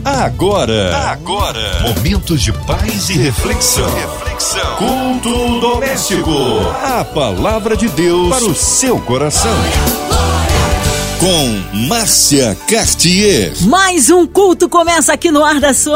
Agora, momentos de paz e reflexão. Culto doméstico. A palavra de Deus para o seu coração. Com Márcia Cartier. Mais um culto começa aqui no ar da sua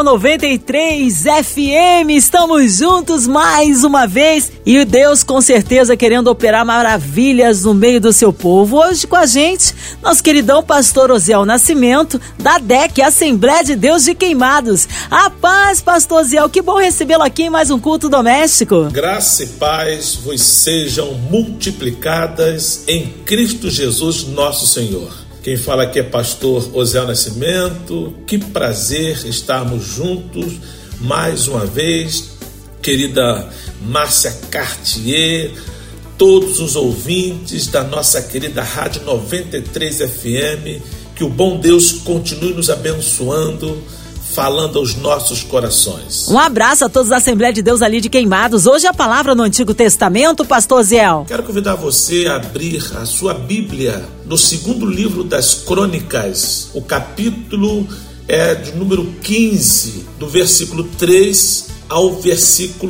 93 FM. Estamos juntos mais uma vez e Deus com certeza querendo operar maravilhas no meio do seu povo. Hoje com a gente, nosso queridão pastor Osiel Nascimento, da DEC, Assembleia de Deus de Queimados. A paz, pastor Osiel, que bom recebê-lo aqui em mais um culto doméstico. Graça e paz vos sejam multiplicadas em Cristo Jesus nosso Senhor. Quem fala aqui é pastor Osiel Nascimento. Que prazer estarmos juntos mais uma vez, querida Márcia Cartier, todos os ouvintes da nossa querida Rádio 93 FM, que o bom Deus continue nos abençoando, falando aos nossos corações. Um abraço a todos da Assembleia de Deus ali de Queimados. Hoje a palavra no Antigo Testamento, pastor Osiel. Quero convidar você a abrir a sua Bíblia no segundo livro das Crônicas. O capítulo é de número 15, do versículo 3 ao versículo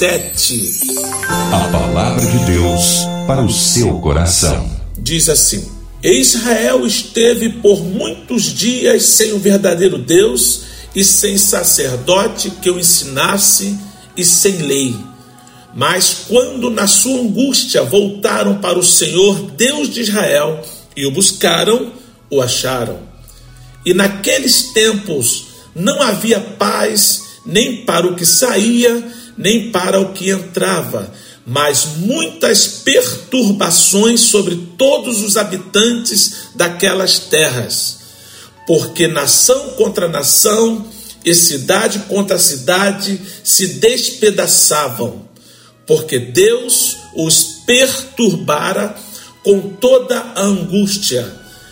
7. A palavra de Deus para o seu coração. Diz assim: E Israel esteve por muitos dias sem o verdadeiro Deus e sem sacerdote que o ensinasse e sem lei. Mas quando na sua angústia voltaram para o Senhor Deus de Israel e o buscaram, o acharam. E naqueles tempos não havia paz nem para o que saía, nem para o que entrava, mas muitas perturbações sobre todos os habitantes daquelas terras. Porque nação contra nação e cidade contra cidade se despedaçavam, porque Deus os perturbara com toda a angústia.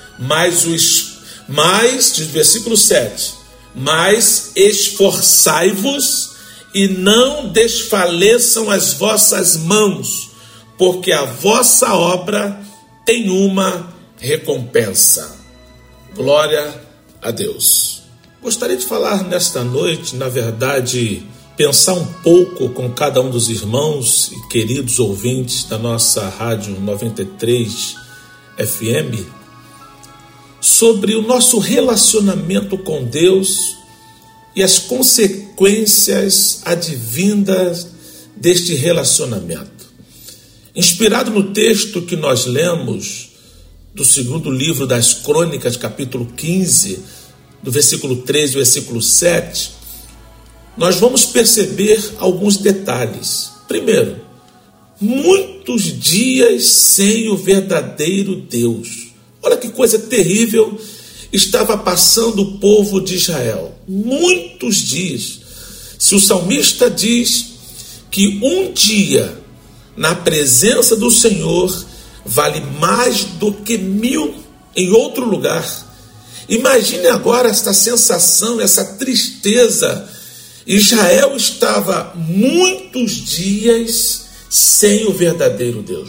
Diz versículo 7, mas esforçai-vos e não desfaleçam as vossas mãos, porque a vossa obra tem uma recompensa. Glória a Deus. Gostaria de falar nesta noite, na verdade, pensar um pouco com cada um dos irmãos e queridos ouvintes da nossa Rádio 93 FM sobre o nosso relacionamento com Deus e as consequências advindas deste relacionamento. Inspirado no texto que nós lemos do segundo livro das Crônicas, capítulo 15, do versículo 3 e versículo 7, nós vamos perceber alguns detalhes. Primeiro, muitos dias sem o verdadeiro Deus. Olha que coisa terrível estava passando o povo de Israel. Muitos dias. Se o salmista diz que um dia na presença do Senhor vale mais do que 1000 em outro lugar. Imagine agora esta sensação, essa tristeza. Israel estava muitos dias sem o verdadeiro Deus.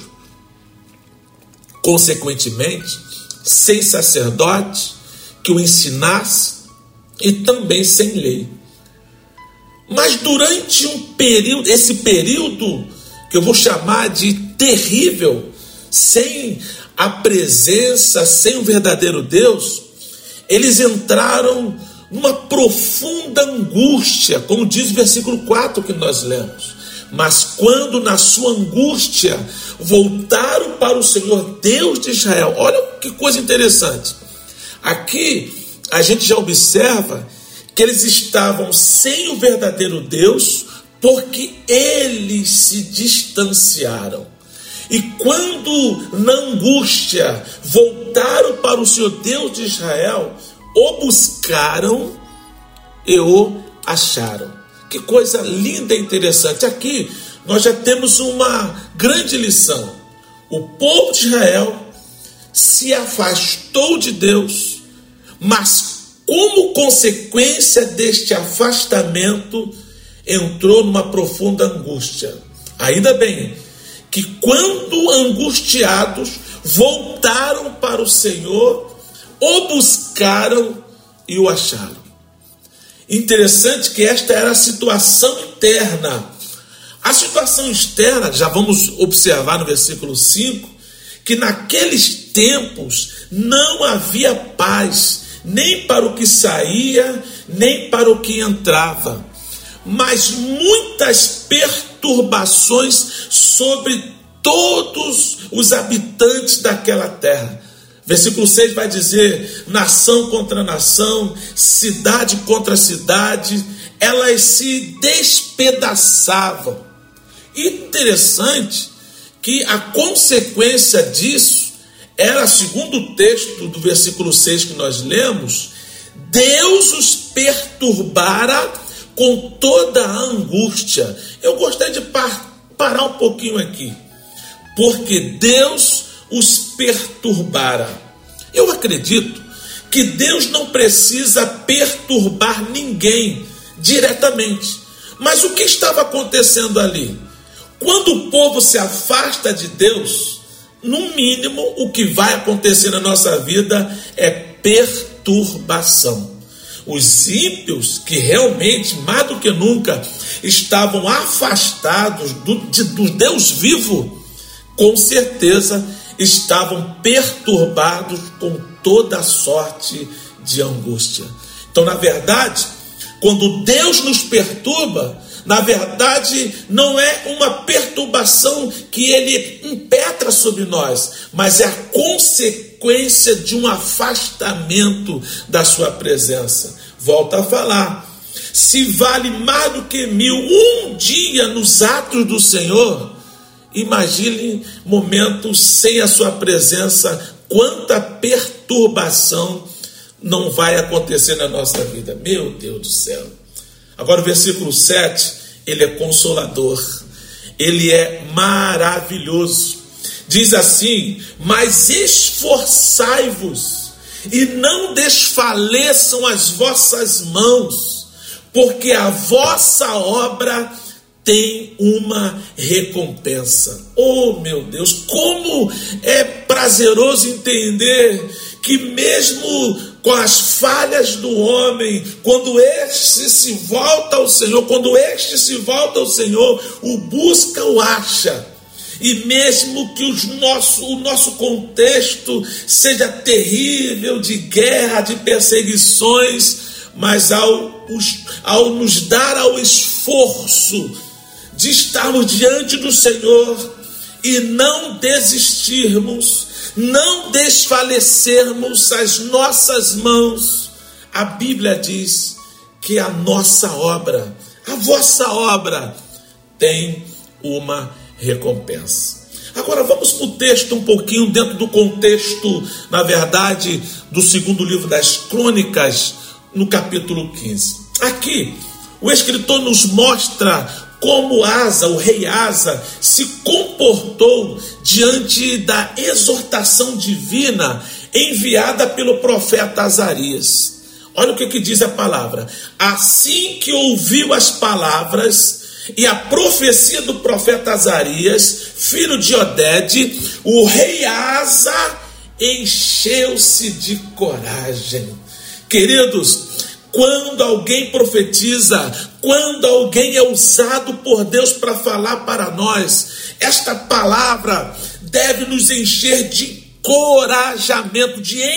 Consequentemente, sem sacerdote que o ensinasse e também sem lei. Mas durante esse período que eu vou chamar de terrível, sem a presença, sem o verdadeiro Deus, eles entraram numa profunda angústia, como diz o versículo 4 que nós lemos. Mas quando na sua angústia voltaram para o Senhor Deus de Israel, olha que coisa interessante. Aqui a gente já observa que eles estavam sem o verdadeiro Deus porque eles se distanciaram. E quando na angústia voltaram para o Senhor Deus de Israel, o buscaram e o acharam. Que coisa linda e interessante. Aqui nós já temos uma grande lição. O povo de Israel se afastou de Deus, mas como consequência deste afastamento, entrou numa profunda angústia. Ainda bem que quando angustiados voltaram para o Senhor, o buscaram e o acharam. Interessante que esta era a situação interna. A situação externa, já vamos observar no versículo 5, que naqueles tempos não havia paz, nem para o que saía, nem para o que entrava, mas muitas perturbações sobre todos os habitantes daquela terra. Versículo 6 vai dizer: nação contra nação, cidade contra cidade, elas se despedaçavam. Interessante que a consequência disso era, segundo o texto do versículo 6 que nós lemos, Deus os perturbara com toda a angústia. Eu gostaria de parar um pouquinho aqui, porque Deus os perturbara. Eu acredito que Deus não precisa perturbar ninguém diretamente. Mas o que estava acontecendo ali? Quando o povo se afasta de Deus, no mínimo o que vai acontecer na nossa vida é perturbação. Os ímpios, que realmente, mais do que nunca, estavam afastados do Deus vivo, com certeza estavam perturbados com toda sorte de angústia. Então, na verdade, quando Deus nos perturba, na verdade, não é uma perturbação que Ele impetra sobre nós, mas é a consequência de um afastamento da sua presença. Volto a falar, se vale mais do que 1000 um dia nos atos do Senhor, imagine momentos sem a sua presença, quanta perturbação não vai acontecer na nossa vida. Meu Deus do céu. Agora o versículo 7, ele é consolador, ele é maravilhoso. Diz assim: mas esforçai-vos e não desfaleçam as vossas mãos, porque a vossa obra tem uma recompensa. Oh meu Deus, como é prazeroso entender que mesmo com as falhas do homem, quando este se volta ao Senhor, o busca, o acha. E mesmo que o nosso contexto seja terrível, de guerra, de perseguições, mas ao nos dar ao esforço de estarmos diante do Senhor e não desistirmos, não desfalecermos as nossas mãos, a Bíblia diz que a nossa obra, a vossa obra, tem uma recompensa. Agora vamos para o texto um pouquinho dentro do contexto, na verdade, do segundo livro das Crônicas, no capítulo 15. Aqui, o escritor nos mostra como Asa, o rei Asa, se comportou diante da exortação divina enviada pelo profeta Azarias. Olha o que diz a palavra. Assim que ouviu as palavras e a profecia do profeta Azarias, filho de Odede, o rei Asa encheu-se de coragem. Queridos, quando alguém profetiza, quando alguém é usado por Deus para falar para nós, esta palavra deve nos encher de encorajamento,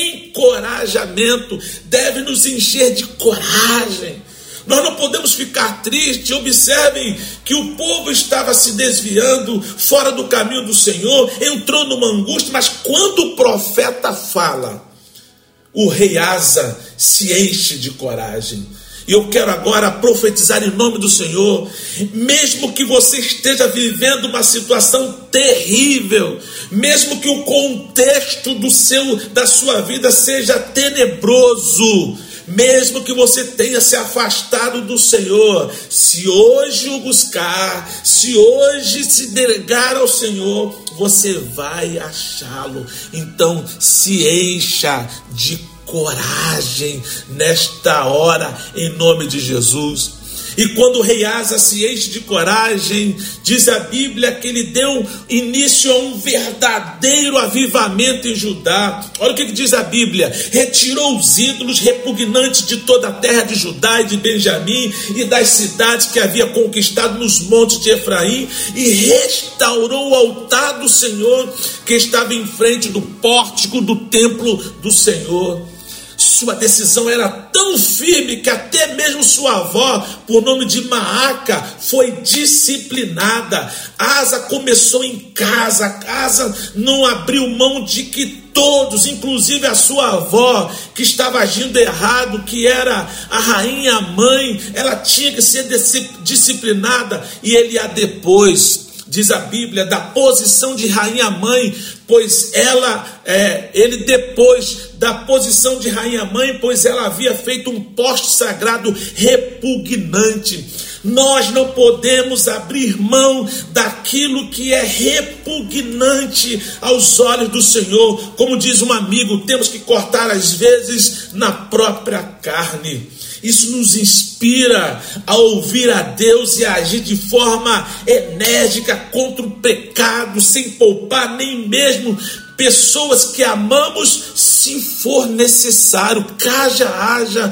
deve nos encher de coragem. Nós não podemos ficar tristes. Observem que o povo estava se desviando fora do caminho do Senhor, entrou numa angústia, mas quando o profeta fala, o rei Asa se enche de coragem. E eu quero agora profetizar em nome do Senhor, mesmo que você esteja vivendo uma situação terrível, mesmo que o contexto da sua vida seja tenebroso, mesmo que você tenha se afastado do Senhor, se hoje o buscar, se hoje se negar ao Senhor, você vai achá-lo. Então se encha de coragem nesta hora, em nome de Jesus. E quando o rei Asa se enche de coragem, diz a Bíblia que ele deu início a um verdadeiro avivamento em Judá. Olha o que diz a Bíblia: retirou os ídolos repugnantes de toda a terra de Judá e de Benjamim e das cidades que havia conquistado nos montes de Efraim, e restaurou o altar do Senhor que estava em frente do pórtico do templo do Senhor. Sua decisão era tão firme que até mesmo sua avó, por nome de Maaca, foi disciplinada. Asa começou em casa. Asa não abriu mão de que todos, inclusive a sua avó, que estava agindo errado, que era a rainha mãe, ela tinha que ser disciplinada, e ele a depois. Diz a Bíblia, da posição de rainha-mãe, pois ele depois da posição de rainha-mãe, pois ela havia feito um poste sagrado repugnante. Nós não podemos abrir mão daquilo que é repugnante aos olhos do Senhor. Como diz um amigo, temos que cortar às vezes na própria carne. Isso nos inspira a ouvir a Deus e a agir de forma enérgica contra o pecado, sem poupar nem mesmo pessoas que amamos, se for necessário, haja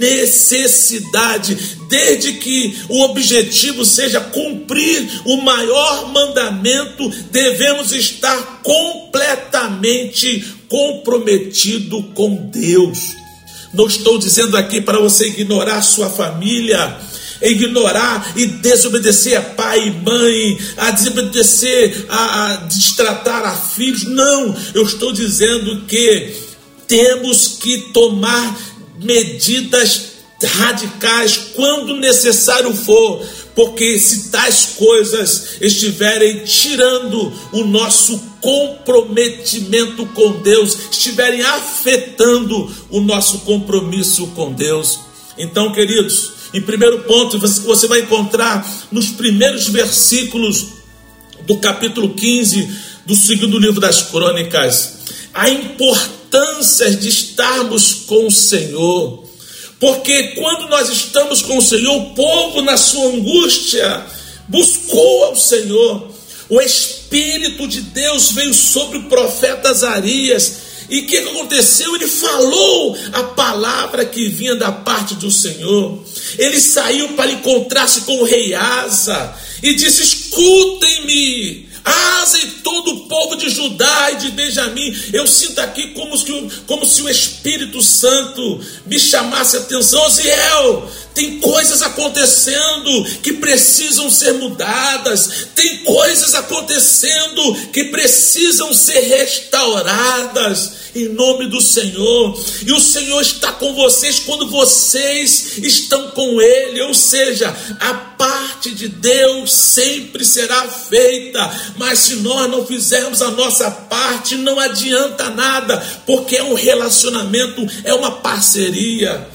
necessidade, desde que o objetivo seja cumprir o maior mandamento, devemos estar completamente comprometido com Deus. Não estou dizendo aqui para você ignorar sua família, ignorar e desobedecer a pai e mãe, a desobedecer, a destratar a filhos. Não, eu estou dizendo que temos que tomar medidas radicais quando necessário for, porque se tais coisas estiverem tirando o nosso comprometimento com Deus, estiverem afetando o nosso compromisso com Deus. Então, queridos, em primeiro ponto, você vai encontrar nos primeiros versículos do capítulo 15 do segundo livro das Crônicas a importância de estarmos com o Senhor. Porque quando nós estamos com o Senhor, o povo na sua angústia buscou ao Senhor. O Espírito de Deus veio sobre o profeta Azarias. E o que aconteceu? Ele falou a palavra que vinha da parte do Senhor. Ele saiu para encontrar-se com o rei Asa e disse: escutem-me, Asa e todo o povo de Judá e de Benjamim. Eu sinto aqui como se o Espírito Santo me chamasse a atenção. Osiel, tem coisas acontecendo que precisam ser mudadas. Tem coisas acontecendo que precisam ser restauradas em nome do Senhor. E o Senhor está com vocês quando vocês estão com Ele. Ou seja, a parte de Deus sempre será feita. Mas se nós não fizermos a nossa parte, não adianta nada, porque é um relacionamento, é uma parceria.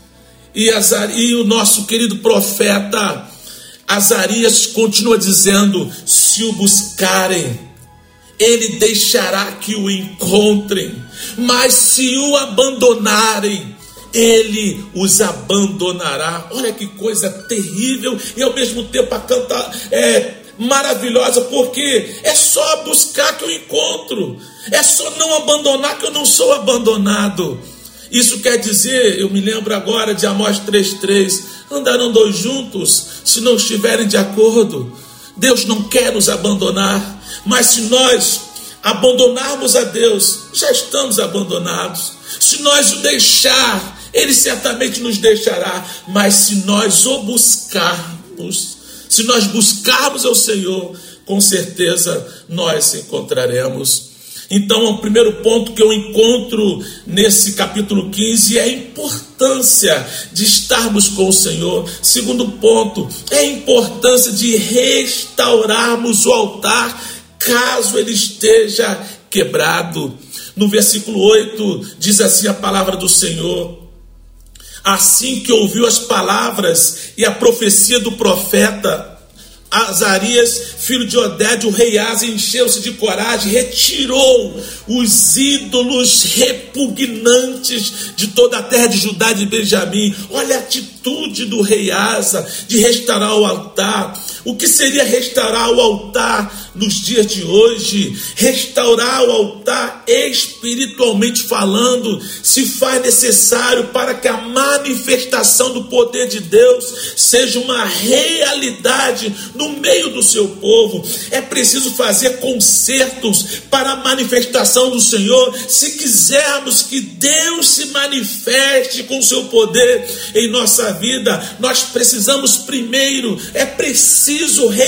E o nosso querido profeta Azarias continua dizendo: se o buscarem, ele deixará que o encontrem, mas se o abandonarem, ele os abandonará. Olha que coisa terrível e ao mesmo tempo a cantar maravilhosa, porque é só buscar que eu encontro, é só não abandonar que eu não sou abandonado. Isso quer dizer, eu me lembro agora de Amós 3,3: andarão dois juntos se não estiverem de acordo. Deus não quer nos abandonar, mas se nós abandonarmos a Deus, já estamos abandonados. Se nós o deixar, Ele certamente nos deixará, mas se nós o buscarmos, se nós buscarmos ao Senhor, com certeza nós encontraremos. Então, o primeiro ponto que eu encontro nesse capítulo 15 é a importância de estarmos com o Senhor. Segundo ponto, é a importância de restaurarmos o altar caso ele esteja quebrado. No versículo 8 diz assim a palavra do Senhor: assim que ouviu as palavras e a profecia do profeta, Azarias, filho de Oded, o rei Asa, encheu-se de coragem, retirou os ídolos repugnantes de toda a terra de Judá e de Benjamim. Olha a atitude do rei Asa de restaurar o altar. O que seria restaurar o altar nos dias de hoje? Restaurar o altar espiritualmente falando se faz necessário para que a manifestação do poder de Deus seja uma realidade no meio do seu povo. É preciso fazer concertos para a manifestação do Senhor. Se quisermos que Deus se manifeste com o seu poder em nossa vida, nós precisamos primeiro, é preciso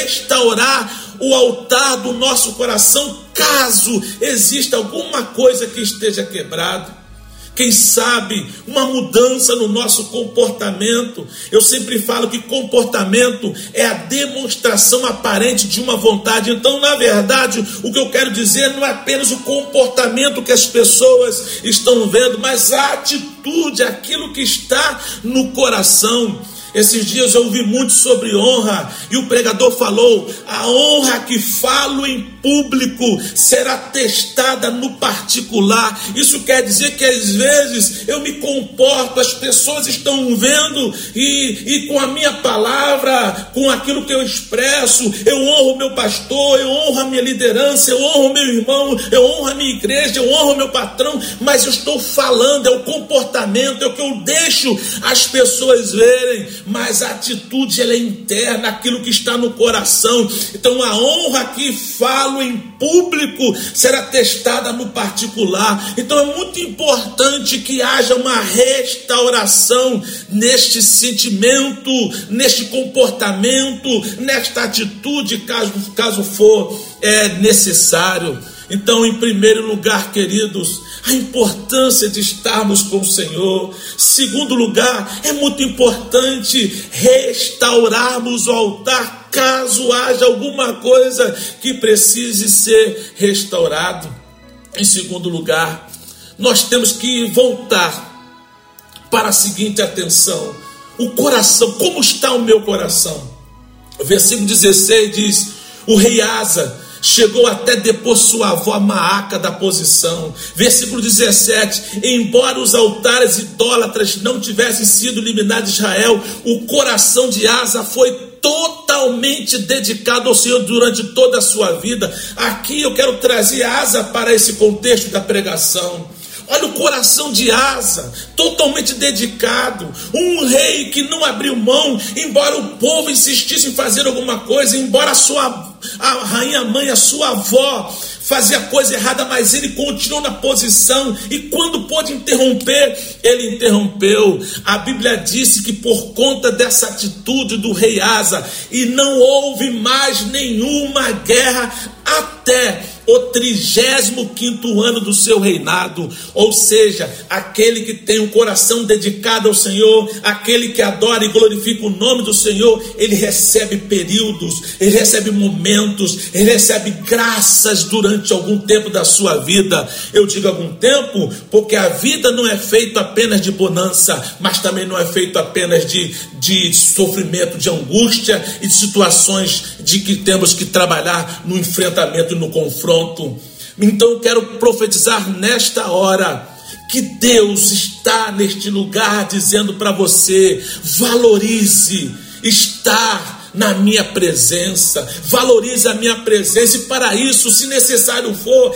restaurar o altar do nosso coração, caso exista alguma coisa que esteja quebrado. Quem sabe uma mudança no nosso comportamento. Eu sempre falo que comportamento é a demonstração aparente de uma vontade. Então, na verdade, o que eu quero dizer não é apenas o comportamento que as pessoas estão vendo, mas a atitude, aquilo que está no coração. Esses dias eu ouvi muito sobre honra e o pregador falou: a honra que falo em público será testada no particular. Isso quer dizer que às vezes eu me comporto, as pessoas estão vendo e com a minha palavra, com aquilo que eu expresso, eu honro o meu pastor, eu honro a minha liderança, eu honro o meu irmão, eu honro a minha igreja, eu honro o meu patrão, mas eu estou falando, é o comportamento, é o que eu deixo as pessoas verem. Mas a atitude, ela é interna, aquilo que está no coração. Então a honra que falo em público será testada no particular. Então é muito importante que haja uma restauração neste sentimento, neste comportamento, nesta atitude, caso for necessário. Então, em primeiro lugar, queridos, a importância de estarmos com o Senhor. Segundo lugar, é muito importante restaurarmos o altar, caso haja alguma coisa que precise ser restaurado. Em segundo lugar, nós temos que voltar para a seguinte atenção: o coração. Como está o meu coração? O versículo 16 diz: o rei Asa chegou até depor sua avó Maaca da posição. Versículo 17: embora os altares idólatras não tivessem sido eliminados de Israel, o coração de Asa foi totalmente dedicado ao Senhor durante toda a sua vida. Aqui eu quero trazer Asa para esse contexto da pregação. Olha o coração de Asa, totalmente dedicado. Um rei que não abriu mão, embora o povo insistisse em fazer alguma coisa, embora a rainha mãe, a sua avó, fazia coisa errada, mas ele continuou na posição, e quando pôde interromper, ele interrompeu. A Bíblia disse que por conta dessa atitude do rei Asa, e não houve mais nenhuma guerra até o 35º ano do seu reinado. Ou seja, aquele que tem um coração dedicado ao Senhor, aquele que adora e glorifica o nome do Senhor, ele recebe períodos, ele recebe momentos, ele recebe graças durante algum tempo da sua vida. Eu digo algum tempo porque a vida não é feita apenas de bonança, mas também não é feita apenas de sofrimento, de angústia e de situações de que temos que trabalhar no enfrentamento e no confronto. Então eu quero profetizar nesta hora que Deus está neste lugar dizendo para você: valorize estar na minha presença, valorize a minha presença, e para isso, se necessário for,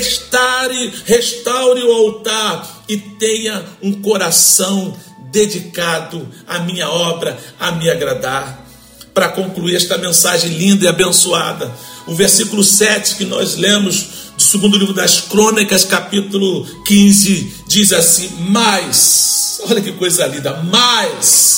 restaure o altar e tenha um coração dedicado à minha obra, a me agradar. Para concluir esta mensagem linda e abençoada, o versículo 7 que nós lemos do segundo livro das Crônicas, capítulo 15, diz assim: mas, olha que coisa linda, mas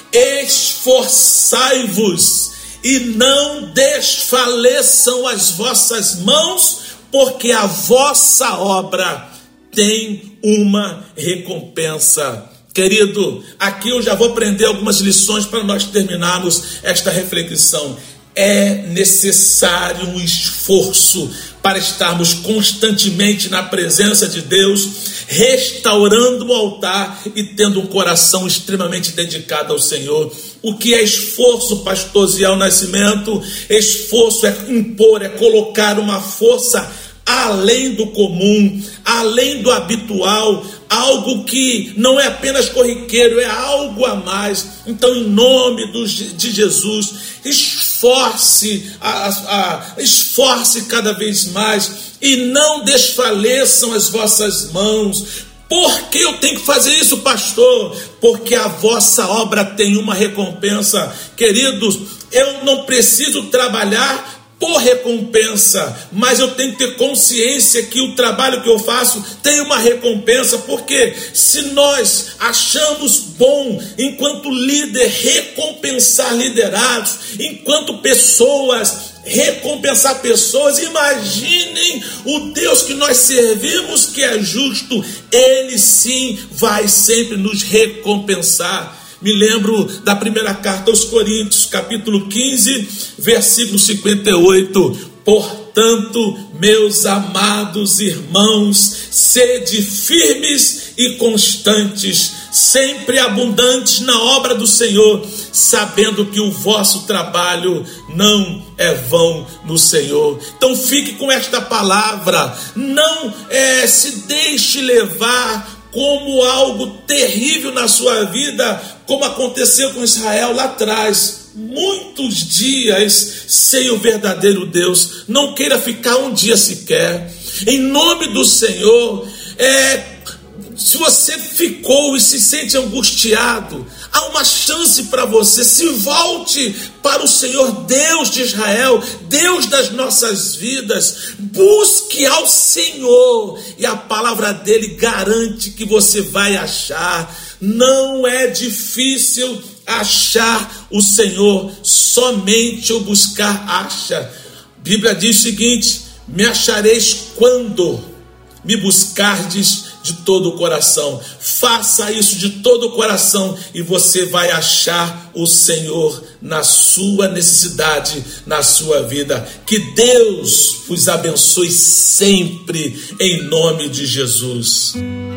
esforçai-vos e não desfaleçam as vossas mãos, porque a vossa obra tem uma recompensa. Querido, aqui eu já vou aprender algumas lições para nós terminarmos esta reflexão. É necessário um esforço para estarmos constantemente na presença de Deus. restaurando o altar e tendo um coração extremamente dedicado ao Senhor. O que é esforço, pastor Ziel Nascimento? Esforço é impor, é colocar uma força além do comum, além do habitual, algo que não é apenas corriqueiro, é algo a mais. Então, em nome de Jesus, esforce cada vez mais e não desfaleçam as vossas mãos. Por que eu tenho que fazer isso, pastor? Porque a vossa obra tem uma recompensa. Queridos, eu não preciso trabalhar por recompensa, mas eu tenho que ter consciência que o trabalho que eu faço tem uma recompensa, porque se nós achamos bom, enquanto líder, recompensar liderados, enquanto pessoas, recompensar pessoas, imaginem o Deus que nós servimos, que é justo, Ele sim vai sempre nos recompensar. Me lembro da primeira carta aos Coríntios, capítulo 15, versículo 58. Portanto, meus amados irmãos, sede firmes e constantes, sempre abundantes na obra do Senhor, sabendo que o vosso trabalho não é vão no Senhor. Então fique com esta palavra, não se deixe levar como algo terrível na sua vida, como aconteceu com Israel lá atrás. Muitos dias sem o verdadeiro Deus. Não queira ficar um dia sequer. Em nome do Senhor, se você ficou e se sente angustiado, há uma chance para você. Se volte para o Senhor, Deus de Israel, Deus das nossas vidas. Busque ao Senhor e a palavra dele garante que você vai achar. Não é difícil achar o Senhor, somente o buscar acha. A Bíblia diz o seguinte: me achareis quando me buscardes de todo o coração. Faça isso de todo o coração e você vai achar o Senhor na sua necessidade, na sua vida. Que Deus vos abençoe sempre, em nome de Jesus.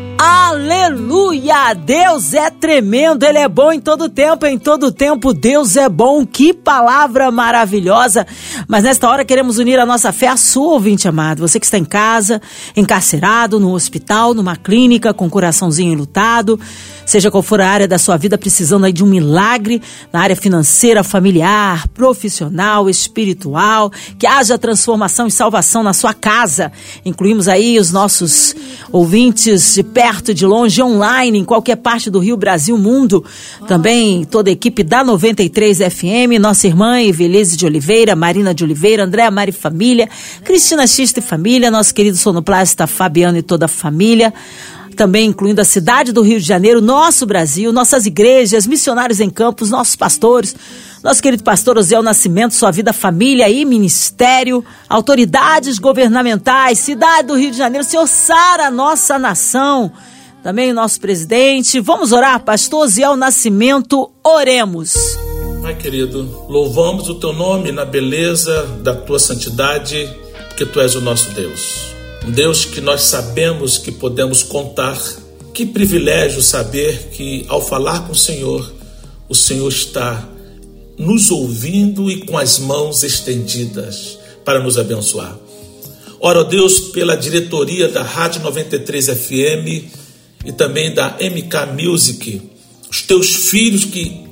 Aleluia! Deus é tremendo, Ele é bom em todo tempo Deus é bom. Que palavra maravilhosa! Mas nesta hora queremos unir a nossa fé à sua, ouvinte amado. Você que está em casa, encarcerado, no hospital, numa clínica, com o coraçãozinho enlutado, seja qual for a área da sua vida, precisando aí de um milagre, na área financeira, familiar, profissional, espiritual, que haja transformação e salvação na sua casa. Incluímos aí os nossos ouvintes de perto, de longe, online, em qualquer parte do Rio, Brasil, mundo. Também toda a equipe da 93 FM, nossa irmã Evelise de Oliveira, Marina de Oliveira, Andréa Mari Família, Cristina Xista e Família, nosso querido sonoplasta Fabiano e toda a família. Também incluindo a cidade do Rio de Janeiro, nosso Brasil, nossas igrejas, missionários em campos, nossos pastores, nosso querido pastor Osiel Nascimento, sua vida, família e ministério, autoridades governamentais, cidade do Rio de Janeiro. Senhor, sara a nossa nação. Também o nosso presidente. Vamos orar, pastor Osiel Nascimento, oremos. Pai querido, louvamos o teu nome na beleza da tua santidade, porque tu és o nosso Deus. Um Deus que nós sabemos que podemos contar. Que privilégio saber que ao falar com o Senhor está nos ouvindo e com as mãos estendidas para nos abençoar. Ora, ó Deus, pela diretoria da Rádio 93 FM e também da MK Music, os teus filhos que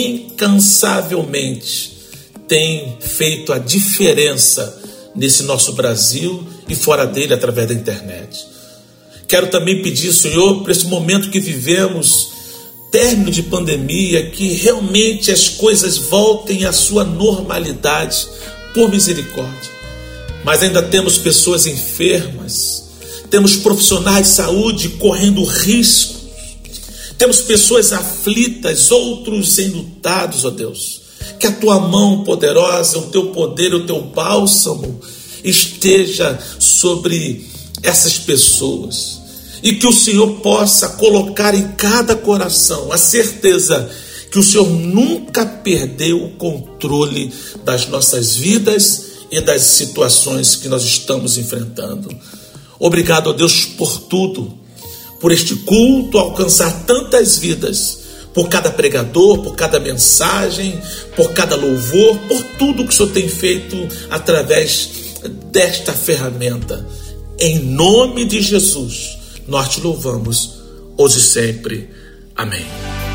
incansavelmente têm feito a diferença nesse nosso Brasil e fora dele através da internet. Quero também pedir, Senhor, para esse momento que vivemos, término de pandemia, que realmente as coisas voltem à sua normalidade, por misericórdia. Mas ainda temos pessoas enfermas, temos profissionais de saúde correndo risco, temos pessoas aflitas, outros enlutados, ó Deus. Que a tua mão poderosa, o teu poder, o teu bálsamo esteja sobre essas pessoas e que o Senhor possa colocar em cada coração a certeza que o Senhor nunca perdeu o controle das nossas vidas e das situações que nós estamos enfrentando. Obrigado, ó Deus, por tudo. por este culto alcançar tantas vidas, por cada pregador, por cada mensagem, por cada louvor, por tudo que o Senhor tem feito através desta ferramenta. Em nome de Jesus, nós te louvamos, hoje e sempre. Amém.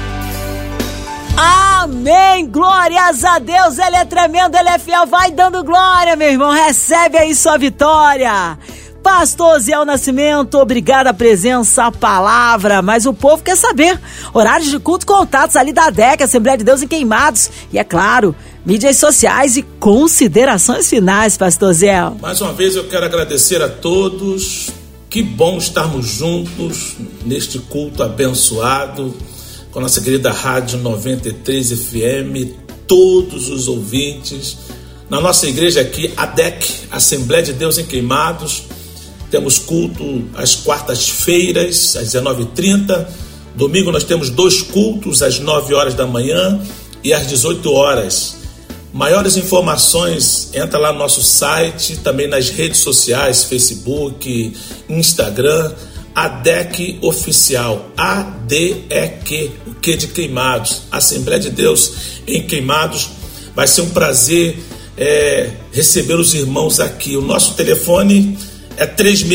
Amém, glórias a Deus, Ele é tremendo, Ele é fiel, vai dando glória, meu irmão, recebe aí sua vitória. Pastor Osiel Nascimento, obrigado a presença, a palavra, mas o povo quer saber, horários de culto, contatos ali da ADEC, Assembleia de Deus em Queimados, e é claro, mídias sociais e considerações finais, Pastor Osiel. Mais uma vez eu quero agradecer a todos, que bom estarmos juntos neste culto abençoado, com a nossa querida Rádio 93 FM, todos os ouvintes, na nossa igreja aqui, ADEC, Assembleia de Deus em Queimados. Temos culto às quartas-feiras, às 19h30. Domingo nós temos 2 cultos, às 9 horas da manhã e às 18 horas. Maiores informações, entra lá no nosso site, também nas redes sociais, Facebook, Instagram, ADEC Oficial, ADEQ, o que de Queimados, Assembleia de Deus em Queimados. Vai ser um prazer receber os irmãos aqui. O nosso telefone é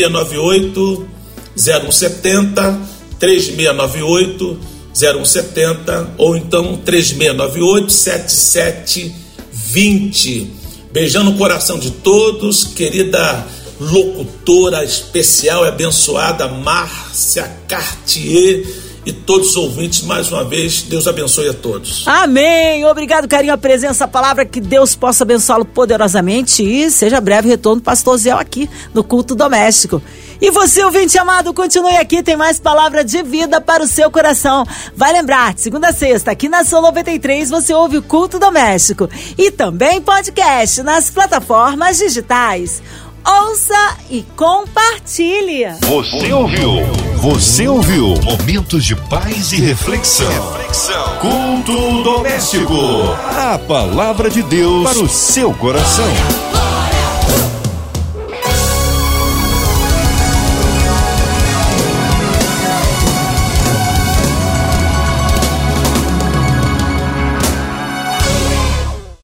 3698-0170, 3698-0170, ou então 3698-7720. Beijão no coração de todos, querida locutora especial e abençoada Márcia Cartier, e todos os ouvintes, mais uma vez, Deus abençoe a todos. Amém, obrigado, carinho, a presença, a palavra, que Deus possa abençoá-lo poderosamente e seja breve retorno do Pastor Osiel aqui no culto doméstico. E você, ouvinte amado, continue aqui, tem mais palavra de vida para o seu coração. Vai lembrar, de segunda a sexta, aqui na São 93, você ouve o culto doméstico e também podcast nas plataformas digitais. Ouça e compartilhe. Você ouviu momentos de paz e reflexão. Culto doméstico. A palavra de Deus para o seu coração.